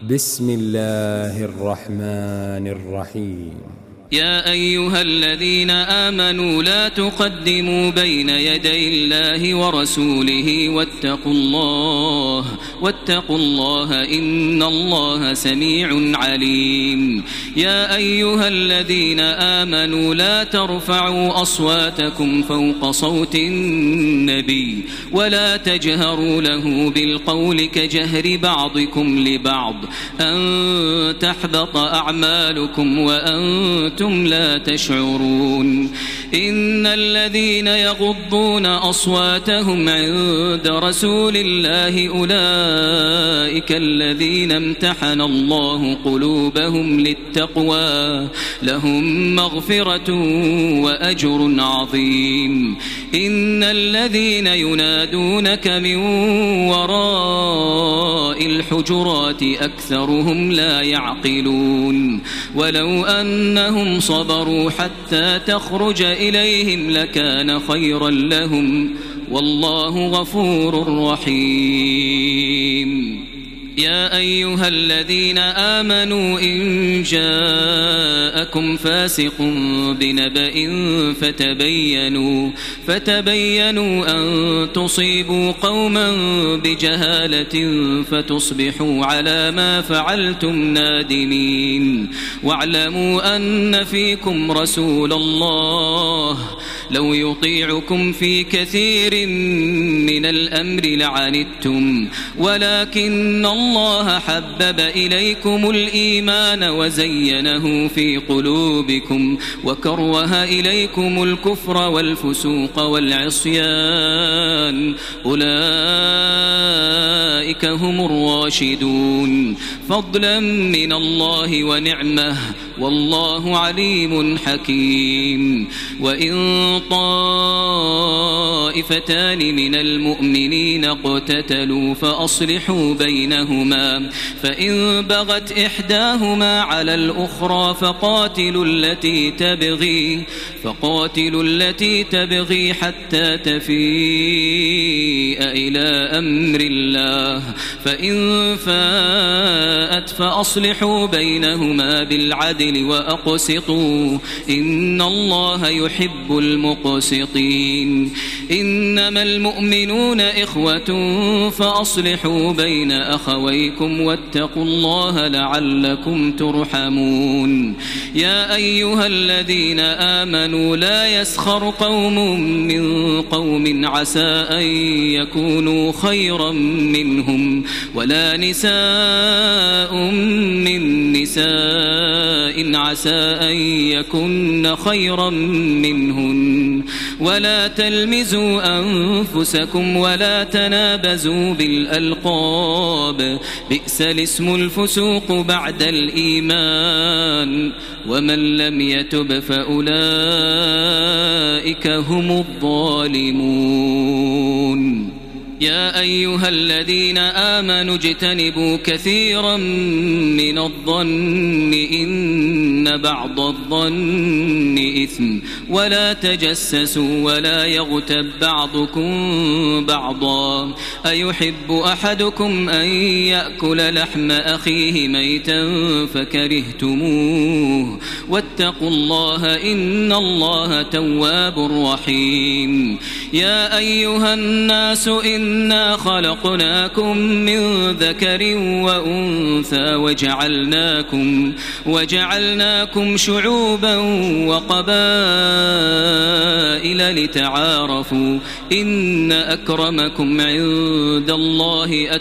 بسم الله الرحمن الرحيم. يا أيها الذين آمنوا لا تقدموا بين يدي الله ورسوله واتقوا الله إن الله سميع عليم. يا أيها الذين آمنوا لا ترفعوا أصواتكم فوق صوت النبي ولا تجهروا له بالقول كجهر بعضكم لبعض أن تحبط أعمالكم وأنتم لا تشعرون. إن الذين يغضون أصواتهم عند رسول الله أولئك الذين امتحن الله قلوبهم للتقوى لهم مغفرة وأجر عظيم. إن الذين ينادونك من وراء الحجرات أكثرهم لا يعقلون. ولو أنهم صبروا حتى تخرج إليهم لكان خيرا لهم والله غفور رحيم. يا أيها الذين آمنوا إن جاءكم فاسق بنبأ فتبينوا أن تصيبوا قوما بجهالة فتصبحوا على ما فعلتم نادمين. واعلموا أن فيكم رسول الله لو يطيعكم في كثير من الأمر لعنتم ولكن الله حبب إليكم الإيمان وزينه في قلوبكم وكره إليكم الكفر والفسوق والعصيان أولئك هم الراشدون فضلا من الله ونعمه والله عليم حكيم. وإن طائفتان من المؤمنين اقتتلوا فأصلحوا بينهما فإن بغت إحداهما على الأخرى فقاتلوا التي تبغي حتى تفيء إلى أمر الله فإن فاءت فأصلحوا بينهما بالعدل وأقسطوا إن الله يحب المقسطين. إنما المؤمنون إخوة فأصلحوا بين أخويكم واتقوا الله لعلكم ترحمون. يا أيها الذين آمنوا لا يسخر قوم من قوم عسى أن يكونوا خيرا منهم ولا نساء من نساء عسى أن يكن خيرا منهن ولا تلمزوا أنفسكم ولا تنابزوا بالألقاب بئس الاسم الفسوق بعد الإيمان ومن لم يتب فأولئك هم الظالمون. يا أيها الذين آمنوا اجتنبوا كثيرا من الظن إن بعض الظن إثم ولا تجسسوا ولا يغتب بعضكم بعضا أيحب أحدكم أن يأكل لحم أخيه ميتا فكرهتموه واتقوا الله إن الله تواب رحيم. يا أيها الناس إنا خلقناكم من ذكر وأنثى وجعلناكم شعوبا وقبائل لتعارفوا إن أكرمكم عند الله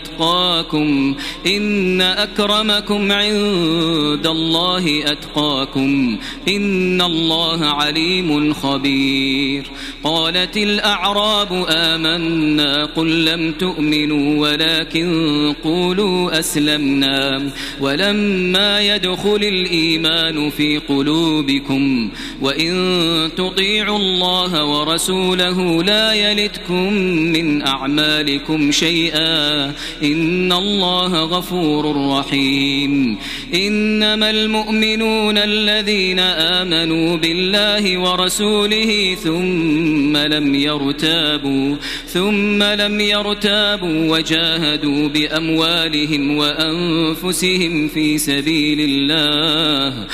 أتقاكم إن الله عليم خبير. قالت الأعراب آمنا قل لم تؤمنوا ولكن قولوا أسلمنا ولما يدخل الإيمان في قلوبكم وإن تطيعوا الله ورسوله لا يلتكم من أعمالكم شيئا إن الله غفور رحيم. إنما المؤمنون الذين آمنوا بالله ورسوله ثم لم يرتابوا لم يرتابوا وجاهدوا بأموالهم وأنفسهم في سبيل الله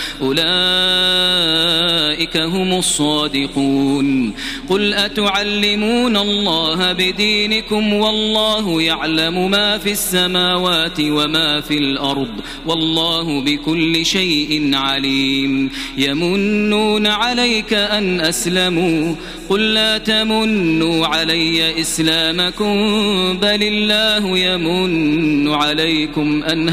أولئك هم الصادقون. قل أتعلمون الله بدينكم والله يعلم ما في السماوات وما في الأرض والله بكل شيء عليم. يمنون عليك أن أسلموا قل لا تمنوا علي إسلامكم بل الله يمن عليكم أن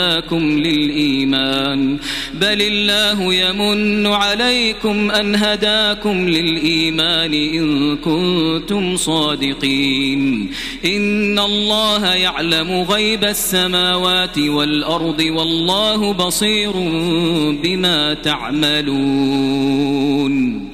هداكم للإيمان إن كنتم صادقين. إن الله يعلم غيب السماوات والأرض والله بصير بما تعملون.